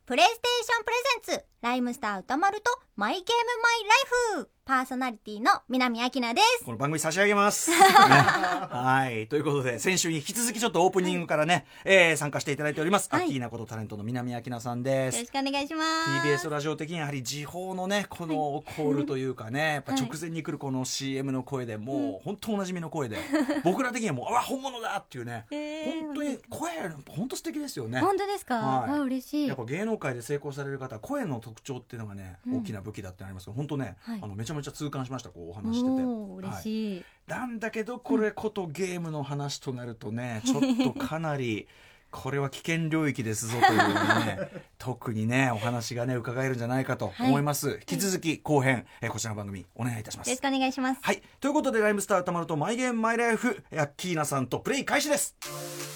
プレイステーションプレゼンツライムスター歌丸とマイゲームマイライフ、パーソナリティの南明奈です。 この番組差し上げます、ね、はいということで先週に引き続きちょっとオープニングからね、参加していただいております、アッキーナことタレントの南明奈さんです。 よろしくお願いします。 TBS ラジオ的にやはり時報のねこのコールというかね、やっぱ直前に来るこの CM の声でもう本当おなじみの声で、僕ら的にはもう本物だっていうね、本当に声本当素敵ですよね。 本当ですか、はい、嬉しい。 やっぱ芸能界で成功される方は声の特徴っていうのがね、大きな武器だってありますけど、本当ね、はい、めちゃめちゃ痛感しました。こうお話してて嬉しい、 はい、なんだけどこれことゲームの話となるとね、ちょっとかなりこれは危険領域ですぞというね特にねお話がね伺えるんじゃないかと思います、はい、引き続き後編、こちらの番組お願いいたします。 よろしくお願いします。 はい、ということでライムスター歌丸とマイゲームマイライフ、アッキーナさんとプレイ開始です。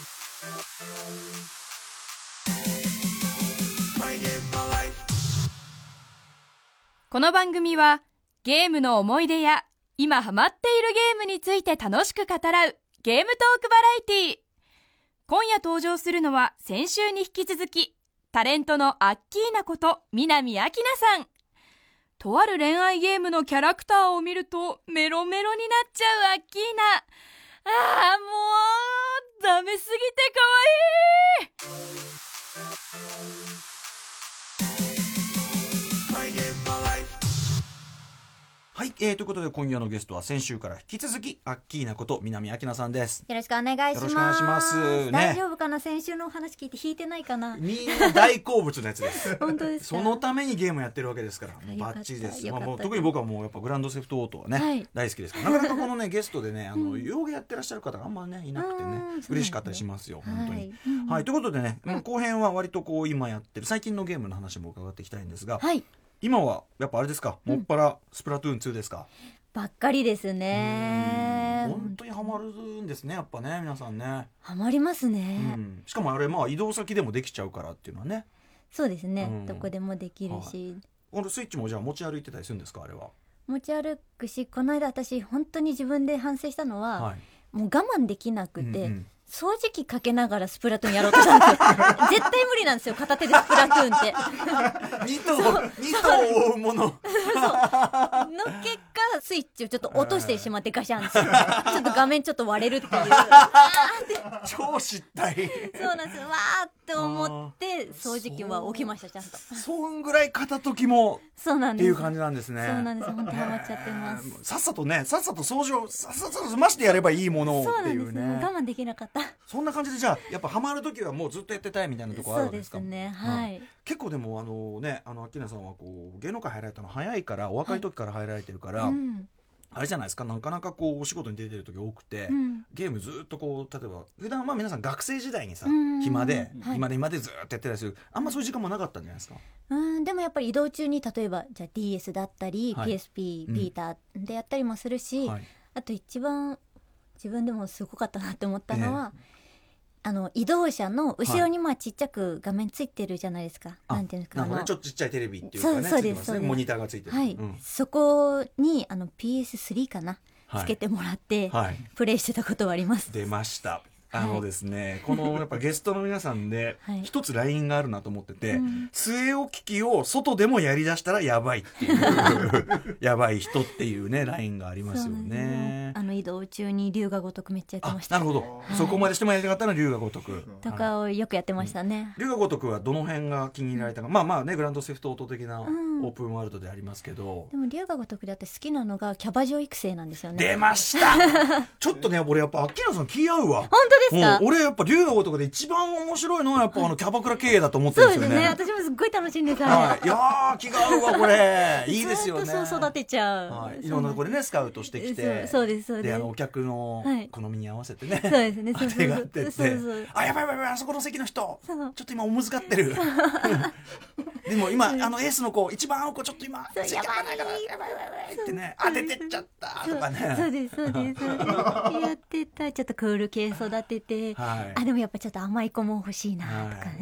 この番組はゲームの思い出や今ハマっているゲームについて楽しく語らうゲームトークバラエティー。今夜登場するのは先週に引き続きタレントのアッキーナこと南明奈さん。とある恋愛ゲームのキャラクターを見るとメロメロになっちゃうアッキーナ。もうダメすぎてかわいい。 はい、ということで今夜のゲストは先週から引き続きアッキーナこと南明奈さんです。 よろしくお願いします。 よろしくお願いします、ね、 大丈夫かな、先週のお話聞いて引いてないかな。 みんな大好物のやつです本当ですか。 そのためにゲームやってるわけですからもうバッチリです、もう特に僕はもうやっぱグランドセフトオートはね、はい、大好きですから、なかなかこのねゲストでね洋芸やってらっしゃる方があんまねいなくてね嬉しかったりしますよ本当に、はい、ということでね、後編は割とこう今やってる最近のゲームの話も伺っていきたいんですが、はい、今はやっぱあれですか、もっぱらスプラトゥーン2ですか。 ばっかりですね。 本当にハマるんですねやっぱね皆さんね。 ハマりますね、 しかもあれ移動先でもできちゃうからっていうのはね。 そうですね、どこでもできるし、 このスイッチもじゃあ持ち歩いてたりするんですか。あれは持ち歩くし、この間私本当に自分で反省したのは、はい、もう我慢できなくて、掃除機かけながらスプラトゥーンやろうとしたんですよ絶対無理なんですよ片手でスプラトゥーンって 2頭追うものの結果スイッチをちょっと落としてしまってガシャンってちょっと画面ちょっと割れるっていう超失態。 そうなんですよ。わーって思って掃除機は置きました。ちゃんとそんぐらい片時もそうなんですっていう感じなんですね。 そうなんです、本当にハマっちゃってます。 さっさと掃除をさっさと済ましてやればいいものっていうね。そうなんです、 我慢できなかった。 そんな感じでじゃあやっぱハマる時はもうずっとやってたいみたいなところあるわけですか。 そうですね、はい、 結構でもアッキーナさんはこう芸能界入られたの早いから、お若い時から入られてるから、あれじゃないですか、なかなかこうお仕事に出てる時多くて、ゲームずっとこう例えば普段は皆さん学生時代にさ、暇でずっとやってたりする、あんまそういう時間もなかったんじゃないですか。 でもやっぱり移動中に例えばじゃあ DS だったり、PSP、ビータでやったりもするし、あと一番自分でもすごかったなって思ったのは、移動車の後ろにちっちゃく画面ついてるじゃないですか、なんていうんですか、 ちょっとちっちゃいテレビっていうかね、そうですね、モニターがついてる、 そこにPS3 かな、つけてもらって、プレイしてたことはあります。 出ました。ですね、このやっぱゲストの皆さんで一つラインがあるなと思ってて、据え置き機を外でもやりだしたらやばいっていうやばい人っていうねラインがありますよね。 移動中に龍が如くめっちゃやってました。 なるほど、そこまでしてもやりたかったのは龍が如くとかをよくやってましたね。 龍が如くはどの辺が気に入られたか、まあねグランドセフトオート的なオープンワールドでありますけど、 でも龍が如くであって好きなのがキャバ嬢育成なんですよね。 出ましたちょっとね俺やっぱアッキーナさん気合うわ。 本当ですか。 俺やっぱ龍が如くで一番面白いのはやっぱキャバクラ経営だと思ってるんですよね。 そうですね、私もすっごい楽しんでた、 いやー気が合うわこれいいですよね。 ずっとそう育てちゃう、 いろんなところでねスカウトしてきて、 そうですそうです。 でお客の好みに合わせてね、 そうですね、 当てがってって、やばいあそこの席の人ちょっと今おむずかってるでも今エースの子一番合う子ちょっと今ついてかないからやばいってね当ててっちゃったとかね。 そうですやってた。ちょっとクール系育てて、でもやっぱちょっと甘い子も欲しいなとかね。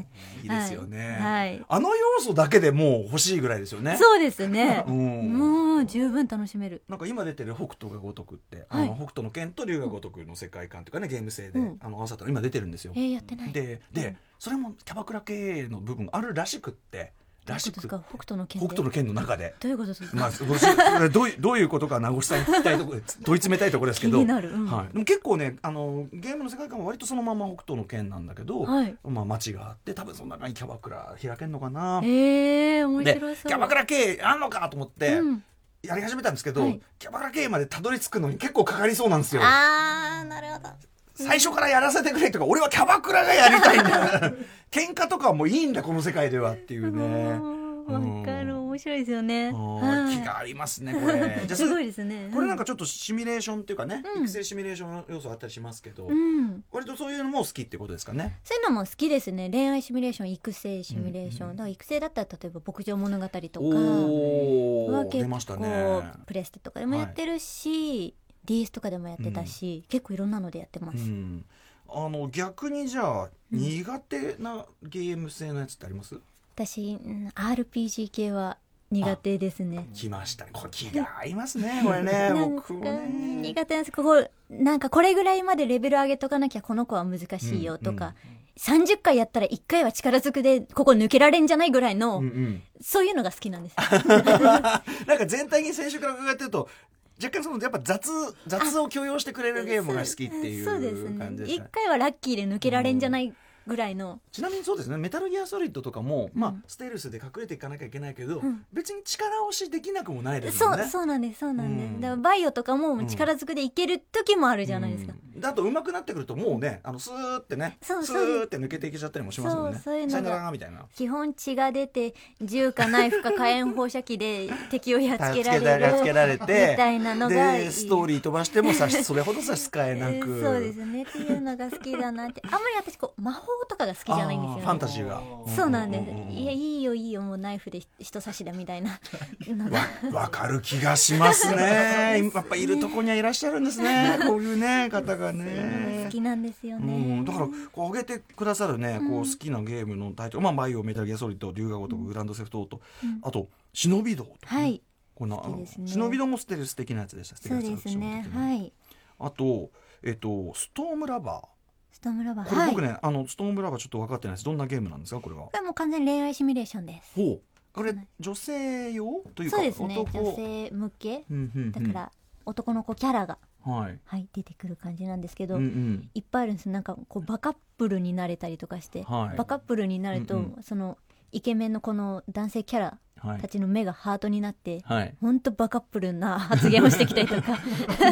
いですよね、 はい、 あの要素だけでもう欲しいぐらいですよね。 そうですね、もう十分楽しめる。 なんか今出てる北斗が如くって、北斗の拳と龍が如くの世界観というかね、ゲーム性で、合わさったの今出てるんですよ。 やってない。 で、それもキャバクラ系の部分あるらしくって、 北斗の拳の中でどういうことですか。 まあ、どういうことか名越さんに聞きたいところ、問い詰めたいところですけど、 気になる、 でも結構ね、ゲームの世界観は割とそのまま北斗の拳なんだけど、街があって多分その中にキャバクラ開けんのかな。 面白そう。 キャバクラ系あんのかと思って、やり始めたんですけど、キャバクラ系までたどり着くのに結構かかりそうなんですよ。 なるほど。 最初からやらせてくれとか、俺はキャバクラがやりたいんだ喧嘩とかもいいんだこの世界ではっていうね。 わかる、面白いですよね。 気がありますねこれ。 じゃすごいですね。 これなんかちょっとシミュレーションっていうかね、育成シミュレーション要素あったりしますけど、割とそういうのも好きってことですかね。 そういうのも好きですね。恋愛シミュレーション、育成シミュレーション、だから育成だったら例えば牧場物語とかは結構プレステとかでもやってるし、DS とかでもやってたし、結構いろんなのでやってます。 逆にじゃあ苦手なゲーム性のやつってあります？ 私、RPG 系は苦手ですね。 来ましたね。これ気が合いますね。これね、僕もね。 苦手なんです。なんかこれぐらいまでレベル上げとかなきゃこの子は難しいよとか、30回やったら1回は力ずくでここ抜けられんじゃないぐらいの、そういうのが好きなんです。 なんか全体に先週から伺ってると、若干そのやっぱ雑を許容してくれるゲームが好きっていう感じですね。 そうですね。1回はラッキーで抜けられんじゃないぐらいの。 ちなみにそうですね、メタルギアソリッドとかも、ステルスで隠れていかなきゃいけないけど、別に力押しできなくもないですよね。 そうなんです。だからバイオとかも力ずくでいける時もあるじゃないですか。 あと上手くなってくるともうね、スーってね、スーって抜けていけちゃったりもしますもんね。 そういうのがみたいな。 基本血が出て銃かナイフか火炎放射器で敵をやっつけられるみたいなのがいい。 でストーリー飛ばしてもそれほど差し支えなく。 そうですねっていうのが好きだなって。あんまり私魔法とかが好きじゃないんですよね。 ファンタジーが。 そうなんです。いいよもうナイフで人差しだみたいな。 わかる気がしますね。やっぱいるとこにはいらっしゃるんですね。こういうね方がね。 好きなんですよね。 だからこう挙げてくださるね、こう好きなゲームのタイトル、バイオ、メタルギアソリッド、龍が如く、グランドセフトオート、あと忍び道とか、忍び道もステルス的なやつでした。 そうですね。はい。 あとストームラバー。これ僕ね、ストームラバーちょっと分かってないです。どんなゲームなんですかこれは。 これも完全に恋愛シミュレーションです。 これ女性用というか、 そうですね、女性向け、だから男の子キャラが出てくる感じなんですけど、いっぱいあるんです。なんかこうバカップルになれたりとかして、バカップルになると、そのイケメンのこの男性キャラたちの目がハートになって、ほんとバカップルな発言をしてきたりとか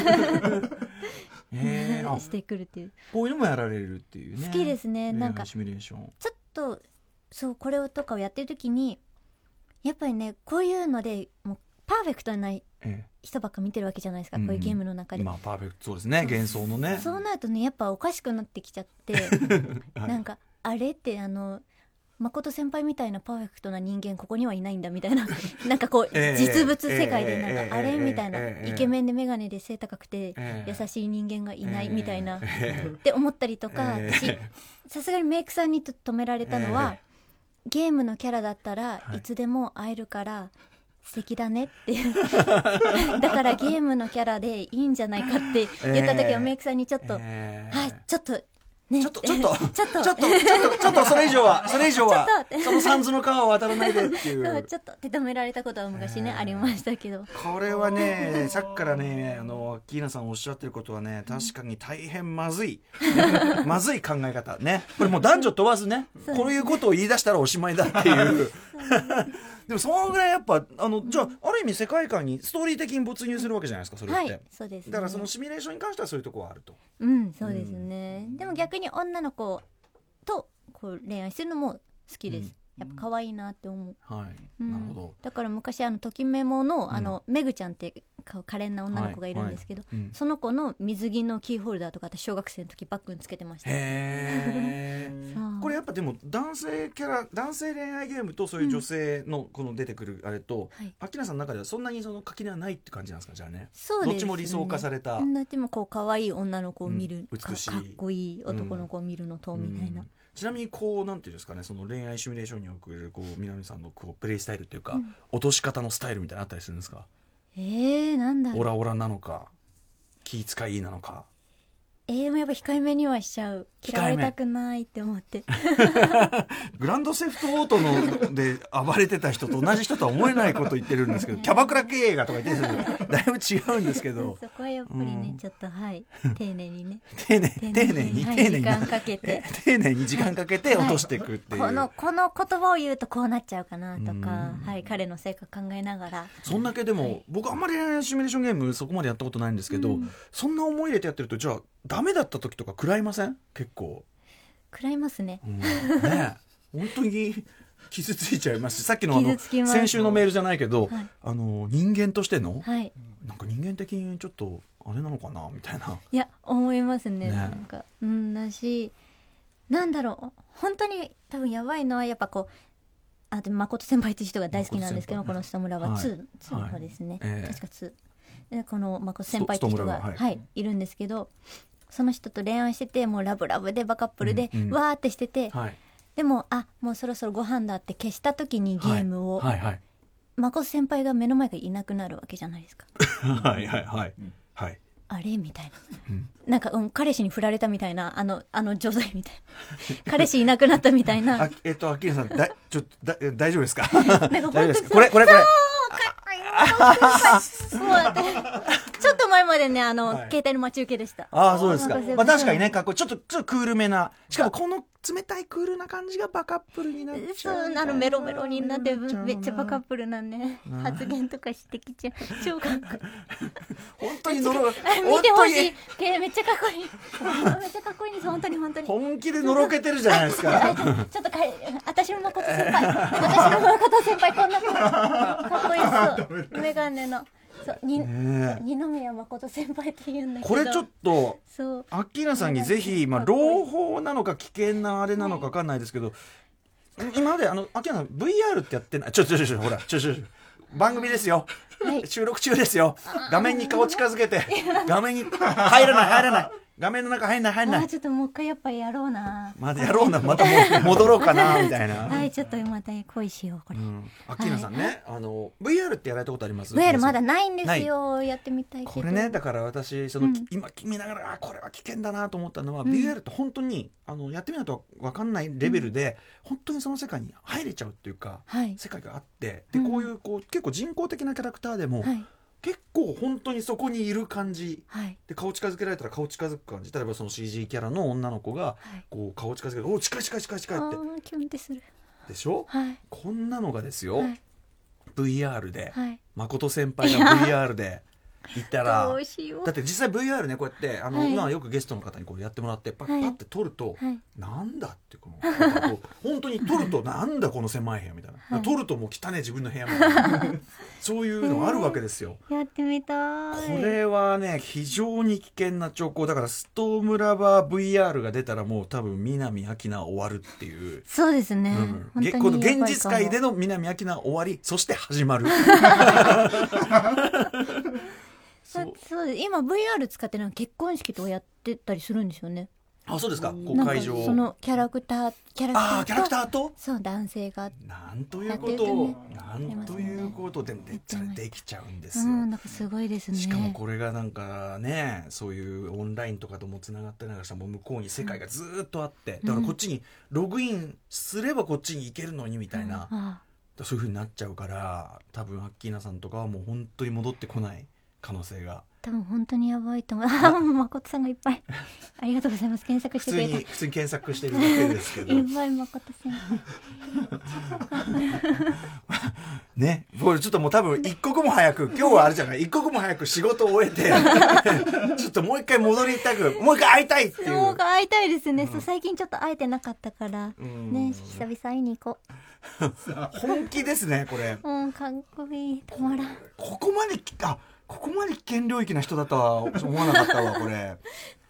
してくるっていう。 こういうのもやられるっていうね。 好きですね。なんかシミュレーションちょっとこれとかをやってる時にやっぱりね、こういうのでもうパーフェクトな人ばっか見てるわけじゃないですか、こういうゲームの中で。 パーフェクト、そうですね、幻想のね。 そうなるとね、やっぱおかしくなってきちゃってなんかあれって誠先輩みたいなパーフェクトな人間ここにはいないんだみたいななんかこう実物世界でなんかあれみたいな、イケメンで眼鏡で背高くて優しい人間がいないみたいなって思ったりとか、私さすがにメイクさんに止められたのは、ゲームのキャラだったらいつでも会えるから素敵だねってだからゲームのキャラでいいんじゃないかって言った時はメイクさんにちょっとちょっとね、 ちょっとそれ以上はその三途の川を渡らないでっていうちょっと手止められたことは昔ね、ありましたけど、 これはね、さっきからねキーナさんおっしゃってることはね、確かに大変まずい考え方ね。これもう男女問わずね、こういうことを言い出したらおしまいだっていうでもそのぐらいやっぱじゃあある意味世界観にストーリー的に没入するわけじゃないですか、それって。 そうですね。 だからそのシミュレーションに関してはそういうところはあると。 そうですね。でも逆に女の子とこう恋愛するのも好きです。やっぱ可愛いなって思う。 なるほど。 だから昔ときメモのメグちゃんって可憐な女の子がいるんですけど、その子の水着のキーホルダーとか私小学生の時バッグにつけてました。これやっぱでも男性恋愛ゲームとそういう女性のこの出てくるあれと、アッキーナさんの中ではそんなにその垣根はないって感じなんですか。じゃあね、 そうですね、 どっちも理想化された。 でもこう可愛い女の子を見る、 美しいかっこいい男の子を見るのとみたいな。 ちなみにこうなんていうんですかね、その恋愛シミュレーションにおけるこう南さんのこうプレイスタイルっていうか、落とし方のスタイルみたいなのあったりするんですか？ なんだろう、 オラオラなのか気遣いなのか。 やっぱ控えめにはしちゃう。嫌われたくないって思ってグランドセフトオートので暴れてた人と同じ人とは思えないこと言ってるんですけどキャバクラ経営がとか言ってるんですけどだいぶ違うんですけどそこはやっぱりね、ちょっと丁寧にね丁寧に時間かけて丁寧に時間かけて落としていくっていう、 この言葉を言うとこうなっちゃうかなとか、彼の性格考えながら。 そんだけでも、僕あんまりシミュレーションゲームそこまでやったことないんですけど、そんな思い入れてやってるとじゃあダメだった時とか食らいません？結構食らいますね、 ね本当に傷ついちゃいますし、さっきの先週のメールじゃないけど、人間としての、なんか人間的にちょっとあれなのかなみたいな。 いや思いますね。なんかだし、なんだろう、本当に多分やばいのはやっぱこうで誠先輩っていう人が大好きなんですけど、このストムラは2の方ですね、確か2で、この誠先輩っていう人がいるんですけど、その人と恋愛しててもうラブラブでバカップルで、わーってしてて、でももうそろそろご飯だって消した時にゲームを、誠先輩が目の前がいなくなるわけじゃないですかあれみたいな、なんか、彼氏に振られたみたいな、女性みたいな彼氏いなくなったみたいな。 アッキーナさんちょっと大丈夫ですか？ なんか本当にこれちょっと前までね携帯の待ち受けでした。 そうですか。確かにね、かっこいい、ちょっとクールめな、しかもこの冷たいクールな感じがバカップルになっちゃう。 メロメロになってめっちゃバカップルなね、発言とかしてきちゃう。超かっこいい。 本当に見てほしい。めっちゃかっこいい。めっちゃかっこいいです。本当に本気でのろけてるじゃないですか。 ちょっと私の誠先輩こんなかっこいいです。メガネの二宮誠先輩って言うんだけど、 これちょっとアッキーナさんにぜひ、朗報なのか危険なあれなのか分かんないですけど、今までアッキーナさん VR ってやってない？ほら番組ですよ、収録中ですよ。画面に顔近づけて画面に入らない画面の中入んないちょっともう一回やっぱりやろうな、 また戻ろうかなみたいなちょっとまた恋しようこれ。 アッキーナさんね、VR ってやられたことあります ？VR まだないんですよ。やってみたいけど、 これね、だから私今見ながらこれは危険だなと思ったのは、VR って本当にやってみないと分かんないレベルで、本当にその世界に入れちゃうっていうか、世界があって、でこういう結構人工的なキャラクターでも、結構本当にそこにいる感じ、で顔近づけられたら顔近づく感じ。例えばその CG キャラの女の子がこう顔近づける、お近いってキュンってするでしょ、こんなのがですよ、VR で、誠先輩が VR でいたらだって実際 VR ね、こうやって今よくゲストの方にこうやってもらってパッて撮ると、なんだって本当に撮るとなんだこの狭い部屋みたいな、撮るともう汚ね自分の部屋みたいなそういうのがあるわけですよ。 やってみたい。 これはね非常に危険な兆候だから、ストームラバー VR が出たらもう多分南明菜終わるっていう。 そうですね、 この現実界での南明菜終わり、そして始まるそうです。今 VR 使って結婚式とかやってたりするんですよね。 そうですか。こう会場、 そのキャラクターとそう男性がなんということでできちゃうんですよ。 なんかすごいですね。 しかもこれがなんかね、そういうオンラインとかともつながったりなんかしたら、もう向こうに世界がずっとあって、だからこっちにログインすればこっちに行けるのにみたいな、そういう風になっちゃうから、多分アッキーナさんとかはもう本当に戻ってこない可能性が。 多分本当にやばいと思う。誠さんがいっぱいありがとうございます。検索してくれた。 普通に検索してるだけですけどいっぱい誠さんね、僕ちょっともう多分一刻も早く今日はあれじゃない、一刻も早く仕事を終えてちょっともう一回戻りたく、もう一回会いたいっていう。 もう会いたいですね、最近ちょっと会えてなかったからね、久々会いに行こう本気ですねこれ。 かっこいい、たまらん。 ここまで危険領域な人だとは思わなかったわこれ。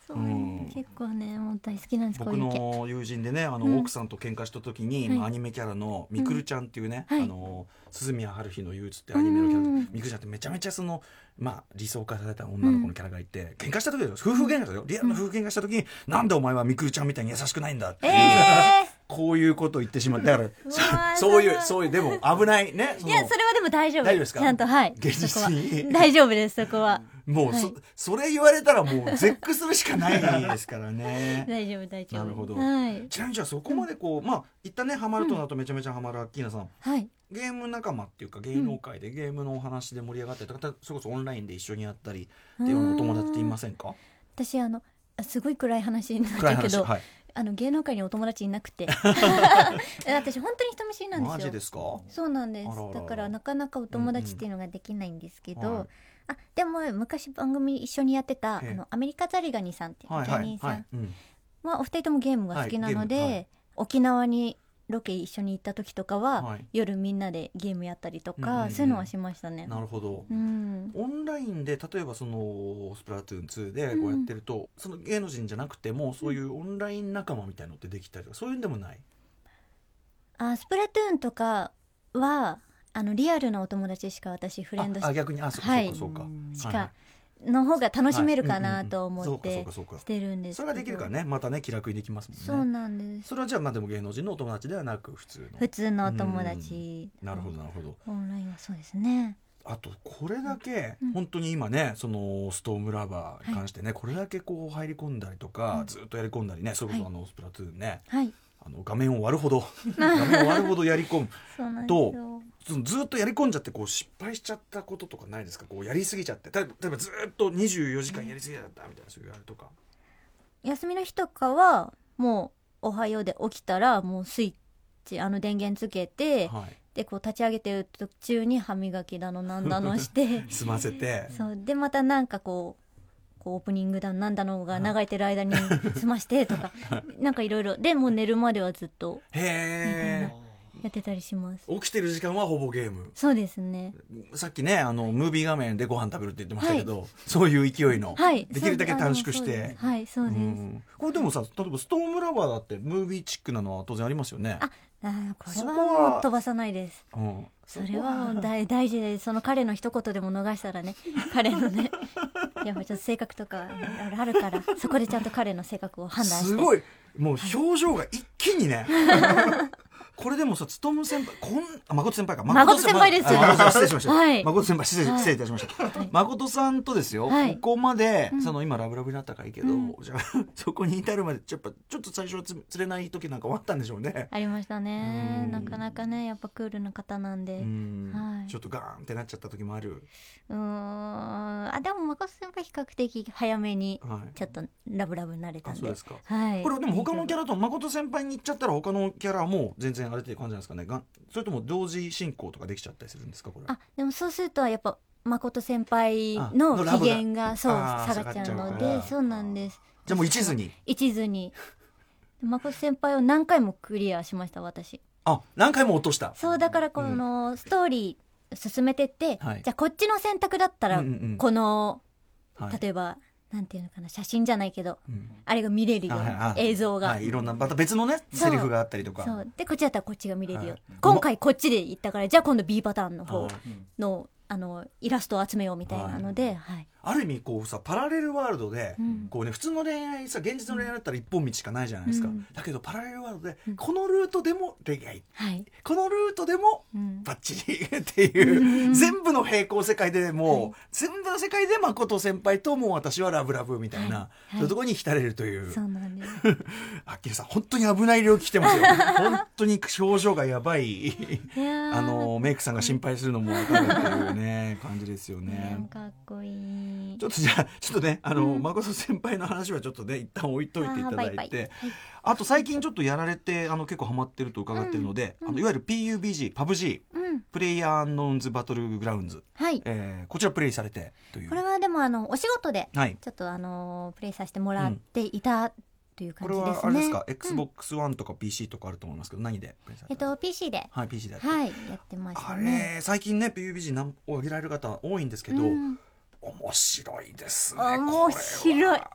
そう、結構ねもう大好きなんです。 僕の友人でね奥さんと喧嘩した時に、アニメキャラのみくるちゃんっていうね、鈴宮春日の憂鬱ってアニメのキャラ、みくるちゃんってめちゃめちゃ理想化された女の子のキャラがいて、喧嘩した時だよ、夫婦喧嘩だよ、リアルな夫婦喧嘩した時に、なんでお前はみくるちゃんみたいに優しくないんだっていう、こういうことを言ってしまう。だからそういうでも危ないね。 いやそれはでも大丈夫。大丈夫ですか？ちゃんと現実に大丈夫です。そこはもうそれ言われたらもう絶句するしかないですからね。 大丈夫大丈夫。 なるほど。ちなみにじゃあそこまで一旦ねハマるとなるとめちゃめちゃハマるアッキーナさん。ゲーム仲間っていうか芸能界でゲームのお話で盛り上がったりとか、それこそオンラインで一緒にやったりっていうお友達っていませんか？ 私すごい暗い話になっちゃうけど、芸能界にお友達いなくて私本当に人見知りなんですよ。 マジですか？ そうなんです。だからなかなかお友達っていうのができないんですけど、でも昔番組一緒にやってたアメリカザリガニさんっていう芸人さんはお二人ともゲームが好きなので、沖縄にロケ一緒に行った時とかは、夜みんなでゲームやったりとか、そういうのはしましたね。 なるほど、オンラインで例えばそのスプラトゥーン2でこうやってると、その芸能人じゃなくてもそういうオンライン仲間みたいのってできたりとか、そういうんでもない？ スプラトゥーンとかはリアルなお友達しか私フレンド逆にそうかしかの方が楽しめるかなと思ってしてるんですけど、 それができるからね、またね気楽にできますもんね。 そうなんです。 それはじゃあでも芸能人のお友達ではなく普通のお友達。 なるほどなるほど。 オンラインはそうですね。 あとこれだけ本当に今ねそのストームラバーに関してね、これだけこう入り込んだりとか、ずっとやり込んだりね、それこそスプラトゥーンね、画面を割るほどやり込むとずっとやり込んじゃって失敗しちゃったこととかないですか？やりすぎちゃって、例えばずっと24時間やりすぎちゃったみたいな、そういうあれとか。 休みの日とかはもうおはようで起きたらもうスイッチ電源つけて、で立ち上げてる途中に歯磨きだのなんだのして済ませて、 そうでまたなんかオープニングだなんだのが流れてる間に済ましてとかなんかいろいろでもう寝るまではずっとやってたりします。 起きてる時間はほぼゲーム。 そうですね。 さっきねムービー画面でご飯食べるって言ってましたけど、そういう勢いの、できるだけ短縮して。 はいそうです。 これでもさ、例えばストームラバーだってムービーチックなのは当然ありますよね。 これはもう飛ばさないです。それは大事で、その彼の一言でも逃したらね彼のねやっぱちょっと性格とかあるからそこでちゃんと彼の性格を判断して。 すごいもう表情が一気にねこれでもさ、つとむ先輩、誠先輩か。 誠先輩ですよ。 失礼しました。誠先輩、失礼いたしました。誠さんとですよ、ここまで、今ラブラブになったからいいけど、じゃあ、そこに至るまで、ちょっと最初は釣れない時なんかもあったんでしょうね。 ありましたね。なかなかね、やっぱクールな方なんで。 ちょっとガーンってなっちゃった時もある。 でも誠先輩比較的早めに、ちょっとラブラブになれたんで。 そうですか。これでも他のキャラと誠先輩に行っちゃったら、他のキャラも全然あれっていう感じなんですかね。それとも同時進行とかできちゃったりするんですか？これでもそうするとやっぱ誠先輩の機嫌が下がっちゃうので、そうなんです。 じゃあもう一途に誠先輩を何回もクリアしました私。 何回も落とした。 そうだからこのストーリー進めてって、じゃあこっちの選択だったらこの例えばなんていうのかな、写真じゃないけど、あれが見れるよ、映像が、 いろんなまた別のねセリフがあったりとか、 そうでこっちだったらこっちが見れるよ、今回こっちで行ったからじゃあ今度 B パターンの方のイラストを集めようみたいなので、 ある意味こうさパラレルワールドで、こうね普通の恋愛さ、現実の恋愛だったら一本道しかないじゃないですか、だけどパラレルワールドで、このルートでも恋愛、このルートでもバッチリっていう、全部の平行世界でもう、全部の世界で誠先輩ともう私はラブラブみたいな、そういうところに浸れるという。 そうなんです。 あっきりさん本当に危ない領域来てますよ。本当に表情がやばいメイクさんが心配するのも分かるっていうね感じですよね。 かっこいい。 ちょっとね誠先輩の話はちょっとね一旦置いといていただいて、あと最近ちょっとやられて結構ハマってると伺ってるので、いわゆる PUBG、PUBG、プレイヤーアンノーンズバトルグラウンズ、こちらプレイされてという。 これはでもお仕事でちょっとプレイさせてもらっていたという感じですね。 これはあれですか、Xbox One とか PC とかあると思いますけど、何でプレイされた？ PC で、 PC でやってましたね。 最近ね PUBG を上げられる方多いんですけど、面白いですね。 面白い。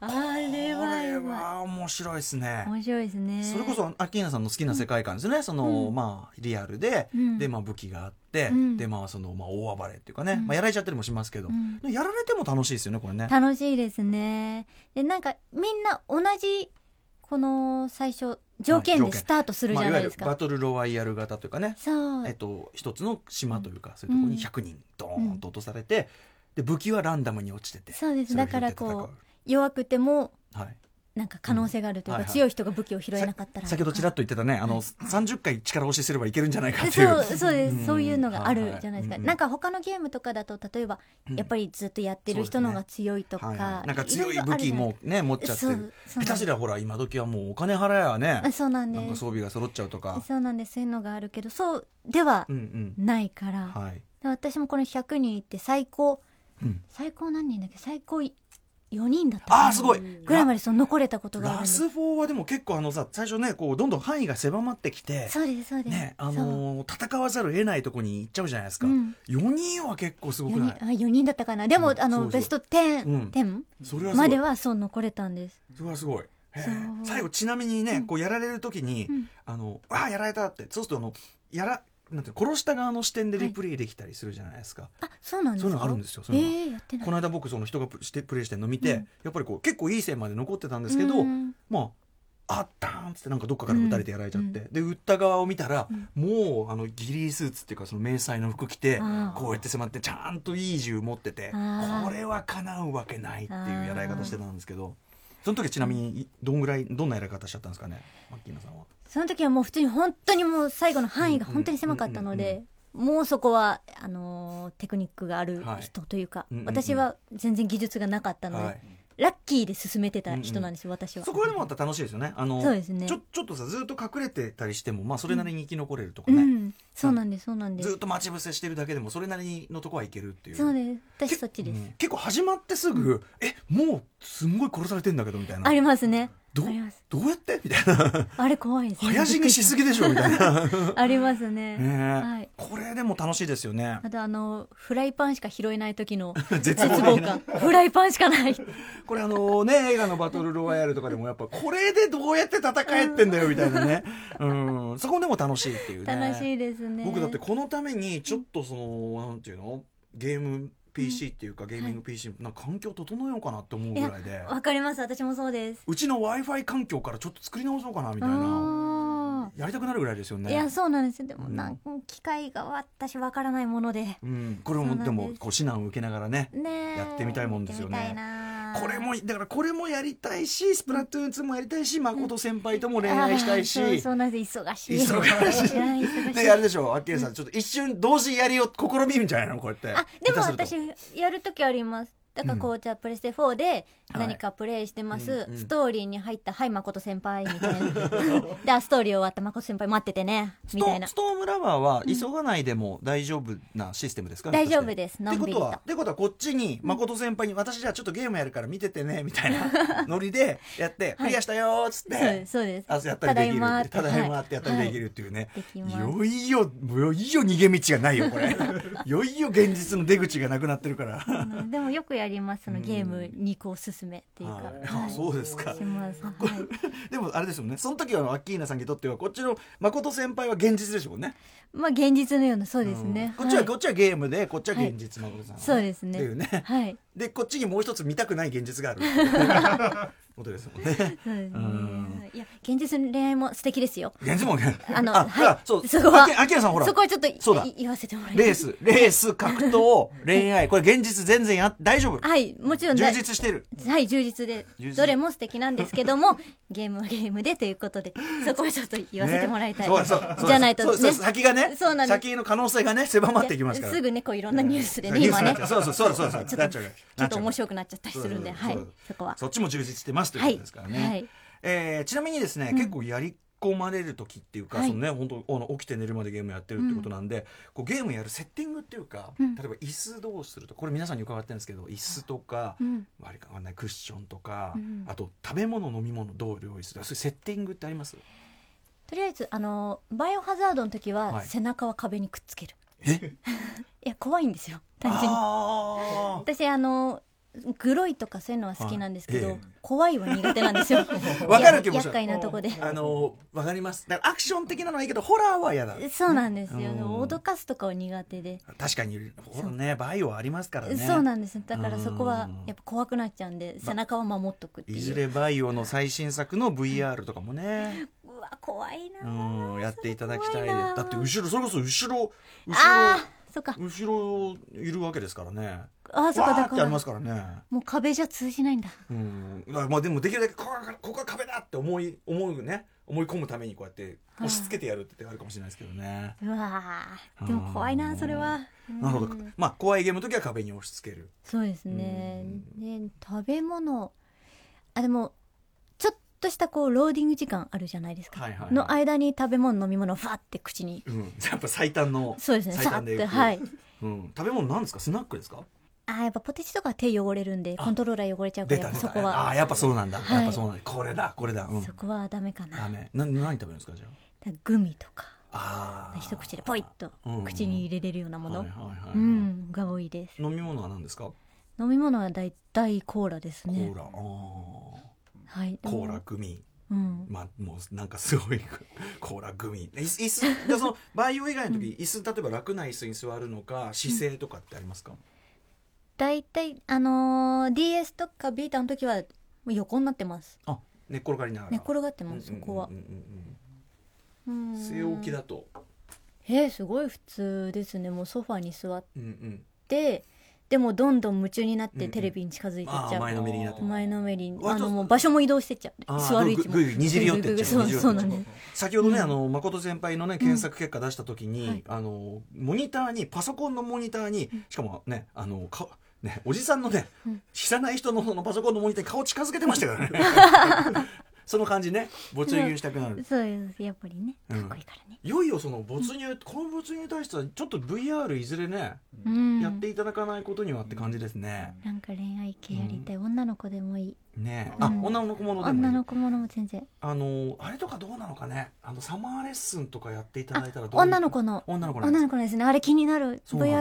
あれは面白いですね。 面白いですね。 それこそアッキーナさんの好きな世界観ですね。そのまあリアルで、でまあ武器があって、でまあそのまあ大暴れっていうかね、まあやられちゃったりもしますけど、やられても楽しいですよねこれね。 楽しいですね。でなんかみんな同じこの最初条件でスタートするじゃないですか。 まあ、いわゆるバトルロワイヤル型というかね。 そう。 一つの島というか、そういうところに100人ドーンと落とされて、で武器はランダムに落ちてて。 そうです。だからこう弱くても。はい。なんか可能性があるというか、強い人が武器を拾えなかったら先ほどちらっと言ってたね30回力押しすればいけるんじゃないかっていう。 そうです、そういうのがあるじゃないですか。なんか他のゲームとかだと例えばやっぱりずっとやってる人のが強いとか、 なんか強い武器もね持っちゃってる。下手すりゃほら今時はもうお金払えばね、 そうなんです。 なんか装備が揃っちゃうとか。 そうなんです。そういうのがあるけどそうではないから。私もこの100人いって最高何人だっけ、最高4人だったかな、 すごいぐらいまで残れたことがあるんです。 ラス4はでも結構最初ねこうどんどん範囲が狭まってきて、 そうですそうです、 ね、戦わざるを得ないところに行っちゃうじゃないですか、4人は結構すごくない ？4人だったかな。でも、ベスト10、まではそう残れたんです。 それはすごい。最後ちなみにね、こうやられる時に、やられたってそうするとなんて殺した側の視点でリプレイできたりするじゃないですか。 そうなんですか。 そういうのがあるんですよ。 やってない。 この間僕その人がプレイしてるの見て、やっぱりこう結構いい線まで残ってたんですけど、まああったーんってなんかどっかから撃たれてやられちゃって、で撃った側を見たら、もうギリースーツっていうかその迷彩の服着てこうやって迫ってちゃんといい銃持ってて、これは叶うわけないっていうやられ方してたんですけど、その時ちなみにどんなやられ方しちゃったんですかね、マッキーナさんは。 その時はもう普通に本当にもう最後の範囲が本当に狭かったので、もうそこはテクニックがある人というか、私は全然技術がなかったので、ラッキーで進めてた人なんですよ、私は。 そこでもまた楽しいですよね。 そうですね。 ちょっとさずっと隠れてたりしても、まあそれなりに生き残れるとかね。 そうなんですそうなんです。 ずっと待ち伏せしてるだけでもそれなりのとこはいけるっていう。 そうです。私そっちです。 結構始まってすぐもうすんごい殺されてんだけどみたいな。 ありますね。 どうやってみたいな。 あれ怖いですね。 早死にしすぎでしょみたいな。 ありますね。 これでも楽しいですよね。 あとフライパンしか拾えない時の絶望感。フライパンしかない。 これ映画のバトルロワイヤルとかでもやっぱこれでどうやって戦えってんだよみたいなね。そこでも楽しいっていうね。 楽しいですね。 僕だってこのためにちょっとなんていうのゲームPC っていうかゲーミング PC なんか環境整えようかなって思うぐらいで。 わかります。私もそうです。 うちの Wi-Fi 環境からちょっと作り直そうかなみたいなやりたくなるぐらいですよね。 いやそうなんですよ。でも機械が私わからないもので、 これもでもこう指南を受けながらねやってみたいもんですよね。これもやりたいし、スプラトゥーン2もやりたいし、誠先輩とも恋愛したいし、 そうなんです。忙しいであれでしょ、アッキーナさんちょっと一瞬同時やりを試みるんじゃないのこうやって。 でも私やるときあります。だからこうじゃあプレステ4で何かプレイしてます、ストーリーに入ったはい誠先輩みたいなでストーリー終わった誠先輩待っててねみたいな。 ストームラバーは急がないでも大丈夫なシステムですか？ 大丈夫です。のんびりと。 ってことはこっちに誠先輩に私じゃあちょっとゲームやるから見ててねみたいなノリでやってクリアしたよっつってそうです。 やったりできる。ただいまってやったりできるっていうね。いよいよ逃げ道がないよこれ。いよいよ現実の出口がなくなってるから。 でもよくやります。そのゲームにおすすめっていうか。 そうですか。 します。 でもあれですよね。その時はアッキーナさんにとってはこっちの誠先輩は現実でしょうね。 まあ現実のようなそうですね。 こっちはゲームでこっちは現実誠さん。 そうですね。 っていうね。 はい。 でこっちにもう一つ見たくない現実がある。ことですもんね。そうですね。いや現実の恋愛も素敵ですよ。 現実もそうそこはアッキーナさんほらそこはちょっと言わせてもらいます。 レース格闘恋愛これ現実全然大丈夫。 はいもちろん充実してる。 はい充実でどれも素敵なんですけどもゲームはゲームでということでそこはちょっと言わせてもらいたい。じゃないとね先がね先の可能性がね狭まっていきますから。 すぐねこういろんなニュースでね今ね。 そうちょっと面白くなっちゃったりするんではいそこはそっちも充実してますということですからね。ちなみにですね結構やり込まれる時っていうかそのね本当起きて寝るまでゲームやってるってことなんでこうゲームやるセッティングっていうか例えば椅子どうするとこれ皆さんに伺ってるんですけど椅子とか割りかわないクッションとかあと食べ物飲み物どう料理するそういうセッティングってあります？ とりあえずバイオハザードの時は背中は壁にくっつける。いや怖いんですよ単純に。私グロいとかそういうのは好きなんですけど、怖いは苦手なんですよ。 わかる気も厄介なとこで。 わかります。だからアクション的なのはいいけどホラーは嫌だ。 そうなんですよ。脅かすとかは苦手で。 確かにね、バイオありますからね。 そうなんです。だからそこはやっぱ怖くなっちゃうんで、背中を守っとくっていう。 いずれバイオの最新作の VR とかもね。 うわ怖いな。 やっていただきたいです。だって後ろそれこそ後ろいるわけですからね。 そっかだからありますからね。 もう壁じゃ通じないんだ。 まあでもできるだけここが壁だって思い込むためにこうやって押し付けてやるって手があるかもしれないですけどね。 うわでも怖いなそれは。 なるほど。まあ怖いゲームの時は壁に押し付ける。 そうですね。で食べ物でもちょっとしたこうローディング時間あるじゃないですか。の間に食べ物飲み物をファって口に。 やっぱ最短の。 そうですね。 最短で。 はい。 食べ物なんですか？スナックですか？ やっぱポテチとか手汚れるんでコントローラー汚れちゃうからやっぱそこはやっぱそうなんだ。やっぱそうなんだ。これだ。 そこはダメかな。 ダメ。何食べるんですかじゃあ？グミとか。一口でポイッと口に入れれるようなものが多いです。 飲み物は何ですか？ 飲み物はだいたいコーラですね。 コーラ。 はい。 コーラグミ。まあもうなんかすごいコーラグミ。椅子じゃそのバイオ以外の時椅子例えば楽な椅子に座るのか姿勢とかってありますか？ だいたいDS とかビータの時は横になってます。 寝っ転がりながら。 寝っ転がってます。そこは。 据え置きだと。 すごい普通ですね。もうソファに座って。でもどんどん夢中になってテレビに近づいてっちゃう。 前のめりになって。 前のめりにもう場所も移動してっちゃう。座る位置もにじり寄ってっちゃう。 そうなんです。 先ほどね誠先輩のね検索結果出した時にモニターにパソコンのモニターにしかもねおじさんのね知らない人のパソコンのモニターに顔近づけてましたからね。その感じね没入したくなる。 そうですやっぱりねかっこいいからね。 いよいよそのこの没入に対してはちょっと VR いずれねやっていただかないことにはって感じですね。 なんか恋愛系やりたい。女の子でもいいね。女の子ものでもいい。 女の子ものも全然あれとかどうなのかね。サマーレッスンとかやっていただいたら女の子ですね。あれ気になる。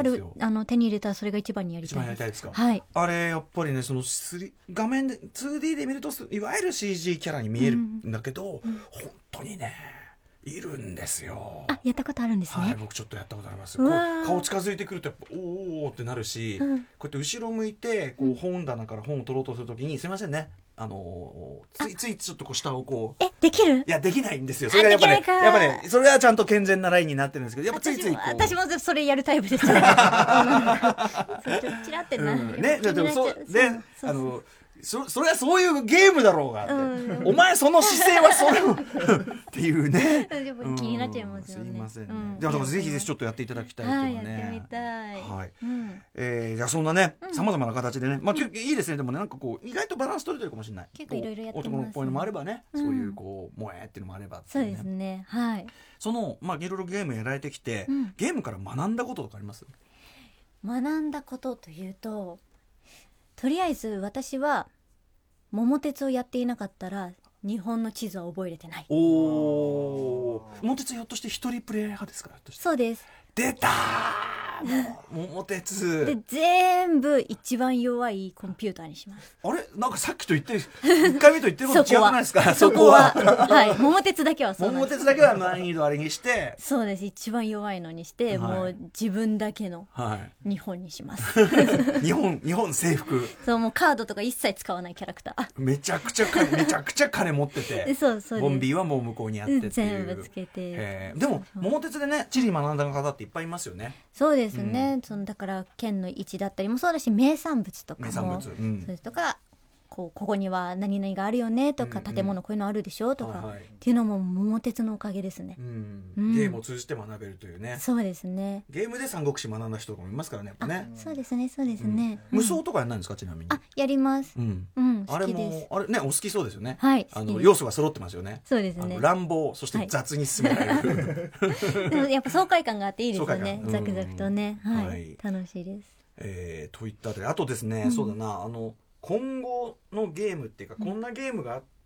VR 手に入れたらそれが一番にやりたい。 一番やりたいですか？ はい。 あれやっぱりねその画面で 2D で見るといわゆる CG キャラに見えるんだけど、本当にねいるんですよ。 やったことあるんですね。 はい、僕ちょっとやったことあります。顔近づいてくるとやっぱおーってなるし、こうやって後ろ向いてこう本棚から本を取ろうとするときにすいませんねついちょっとこう下をこうできる？ いやできないんですよ。それがやっぱねそれはちゃんと健全なラインになってるんですけどやっぱついついこう私もそれやるタイプです。チラってなね。でもそうねそれはそういうゲームだろうがって、お前その姿勢はそれっていうね気になっちゃいますよね。 すいません。でもぜひちょっとやっていただきたいというかね。 やってみたい。 はい。じゃあそんなねさまざまな形でねいいですね。でもねなんかこう意外とバランス取れてるかもしれない。 結構いろいろやってます。 男の子のもあればねそういうこう萌えっていうのもあれば。 そうですね。はい。 そのいろいろゲームやられてきてゲームから学んだこととかあります？ 学んだことというととりあえず私は桃鉄をやっていなかったら日本の地図は覚えれてない。 桃鉄ひょっとして一人プレイ派ですか？ そうです。 出た桃鉄で全部一番弱いコンピューターにします。 あれなんかさっきと言って1回目と言ってること違くないですか？ そこははい桃鉄だけはそうなんです。 桃鉄だけは難易度あれにしてそうです。一番弱いのにして、もう自分だけの日本にします。 日本征服。 そうもうカードとか一切使わないキャラクター。 めちゃくちゃ金持っててそうボンビーはもう向こうにあってっていう全部つけて。 でも桃鉄でね地理学んだ方っていっぱいいますよね。 そうですね。だから県の位置だったりもそうだし名産物とかもそうですとかここには何々があるよねとか建物こういうのあるでしょとかっていうのも桃鉄のおかげですね。 ゲームを通じて学べるというね。 そうですね。 ゲームで三国志学んだ人とかもいますからねやっぱね。 そうですねそうですね。 無双とかやんないんですかちなみに？ やります。 あれもあれねお好きそうですよね。 はい。 要素が揃ってますよね。 そうですね。 乱暴そして雑に進められる。 でもやっぱ爽快感があっていいですよね。ザクザクとねはい楽しいです。 といったであとですねそうだな今後のゲームっていうかこんなゲームが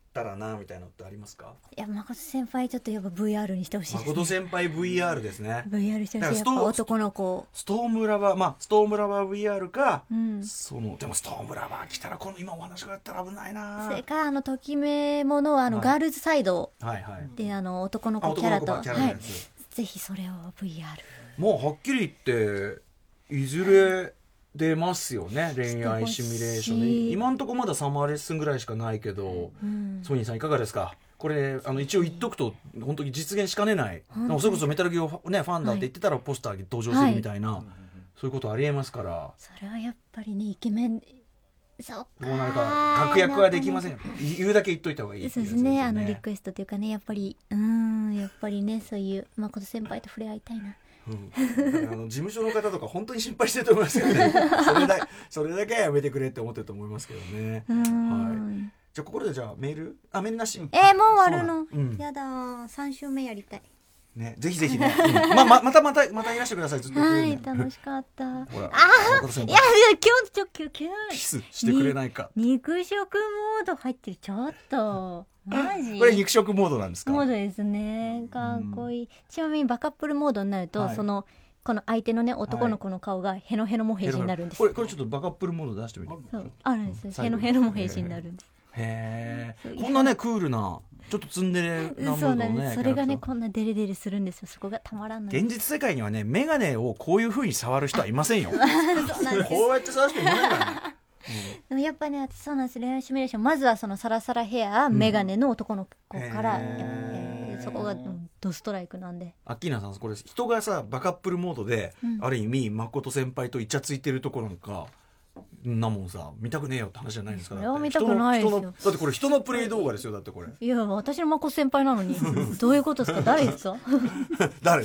たらなみたいなのってありますか？ いや、誠先輩ちょっとやっぱ VR にしてほしいですね。 誠先輩 VR ですね。 VR してほしい。やっぱ男の子ストームラバー、ストームラバー VR か、 うん、 でもストームラバー来たらこの今お話があったら危ないな。 それかときめものはガールズサイドで、男の子キャラと、はい、ぜひそれを VR。 もうはっきり言っていずれ出ますよね、恋愛シミュレーションで。今んとこまだサマーレッスンぐらいしかないけど、ソニーさんいかがですか？これ一応言っとくと本当に実現しかねない、それこそメタルギアファンだって言ってたらポスターに登場するみたいな、そういうことありえますから。 それはやっぱりね、イケメン、 そうなんか確約はできませんよ。言うだけ言っといた方がいい。 そうですね、リクエストというかね、やっぱりね、そういう誠先輩と触れ合いたいな。 事務所の方とか本当に心配してると思いますよね。それだけはやめてくれって思ってると思いますけどね。はい。じゃあここでメールなし。 もう終わるの。やだ、3週目やりたい。 ね、ぜひぜひね、またいらしてください。ずっとはい、楽しかった。いや今日キスしてくれないか。 肉食モード入ってる、ちょっと。マジ？ これ肉食モードなんですか？ モードですね。かっこいい。ちなみにバカップルモードになると、この相手のね、男の子の顔がヘノヘノモヘジになるんです。 これちょっとバカップルモード出してみて。 あるんです。ヘノヘノモヘジになるんです。 へえ。こんなねクールなちょっとツンデレなモードね。 それがね、こんなデレデレするんですよ。そこがたまらない。 現実世界にはね、メガネをこういう風に触る人はいませんよ。こうやって触る人いないからね。 でもやっぱね、そうなんです。恋愛シミュレーション、まずはそのサラサラヘア、メガネの男の子からそこがドストライクなんで。 アッキーナさん、これ人がさバカップルモードで、ある意味誠先輩とイチャついてるところなんかなもんさ、見たくねえよって話じゃないんですか？ それは見たくないですよ。 だってこれ人のプレイ動画ですよ。だってこれ、 いや、私の誠先輩なのにどういうことですか？誰ですか？誰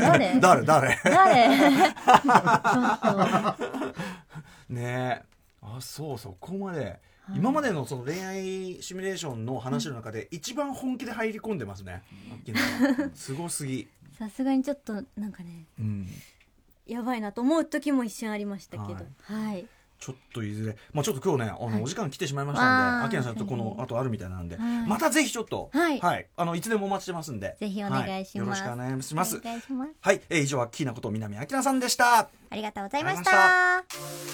ねえ、そこまで、今までのその恋愛シミュレーションの話の中で一番本気で入り込んでますね。すごすぎ。さすがにちょっとなんかね、やばいなと思う時も一瞬ありましたけど、はい。 ちょっといずれ、ちょっと今日ね、お時間来てしまいましたんで、アキナさんとこの後あるみたいなんで、またぜひちょっと、いつでもお待ちしてますんで、 ぜひお願いします。 よろしくお願いします。 お願いします。 はい、以上アッキーナこと南アキナさんでした。 ありがとうございました。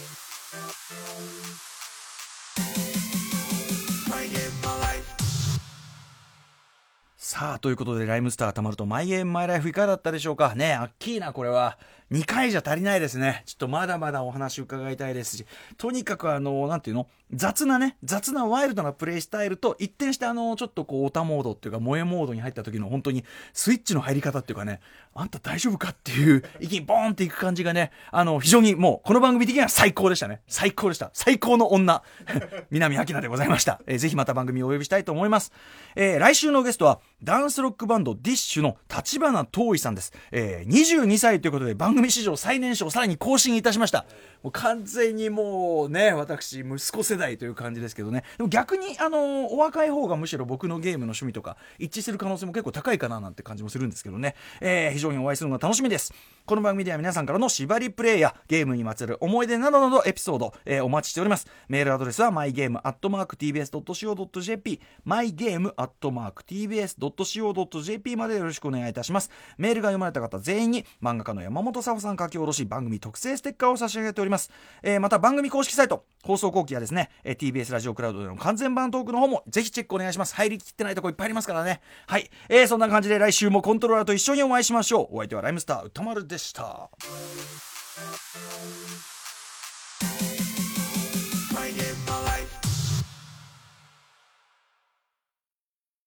さあということで、ライムスターたまるとマイゲームマイライフいかがだったでしょうかね。アッキーナ、これは2回じゃ足りないですね。ちょっとまだまだお話伺いたいですし、とにかくなんていうの、雑なワイルドなプレイスタイルと一転してちょっとこうオタモードっていうか萌えモードに入った時の本当にスイッチの入り方っていうかね、あんた大丈夫かっていう一気にボーンっていく感じがね、非常にもうこの番組的には最高でしたね。最高でした。最高の女南明菜でございました。ぜひまた番組をお呼びしたいと思います。来週のゲストはダンスロックバンドディッシュの立花遠さんです。22歳ということで番組史上最年少さらに更新いたしました。もう完全にもうね、私息子世代という感じですけどね。でも逆にお若い方がむしろ僕のゲームの趣味とか一致する可能性も結構高いかななんて感じもするんですけどね。非常にお会いするのが楽しみです。この番組では皆さんからの縛りプレイやゲームにまつわる思い出などなどエピソード、お待ちしております。メールアドレスは mygame@tbs.co.jp mygame@tbs.co.jp までよろしくお願いいたします。メールが読まれた方全員に漫画家の山本沙穂さん書き下ろし番組特製ステッカーを差し上げております。また番組公式サイト放送後期はですね、TBS ラジオクラウドでの完全版トークの方もぜひチェックお願いします。入りきってないとこいっぱいありますからね。はい、そんな感じで来週もコントローラーと一緒にお会いしましょう。お相手はライムスター歌丸でした。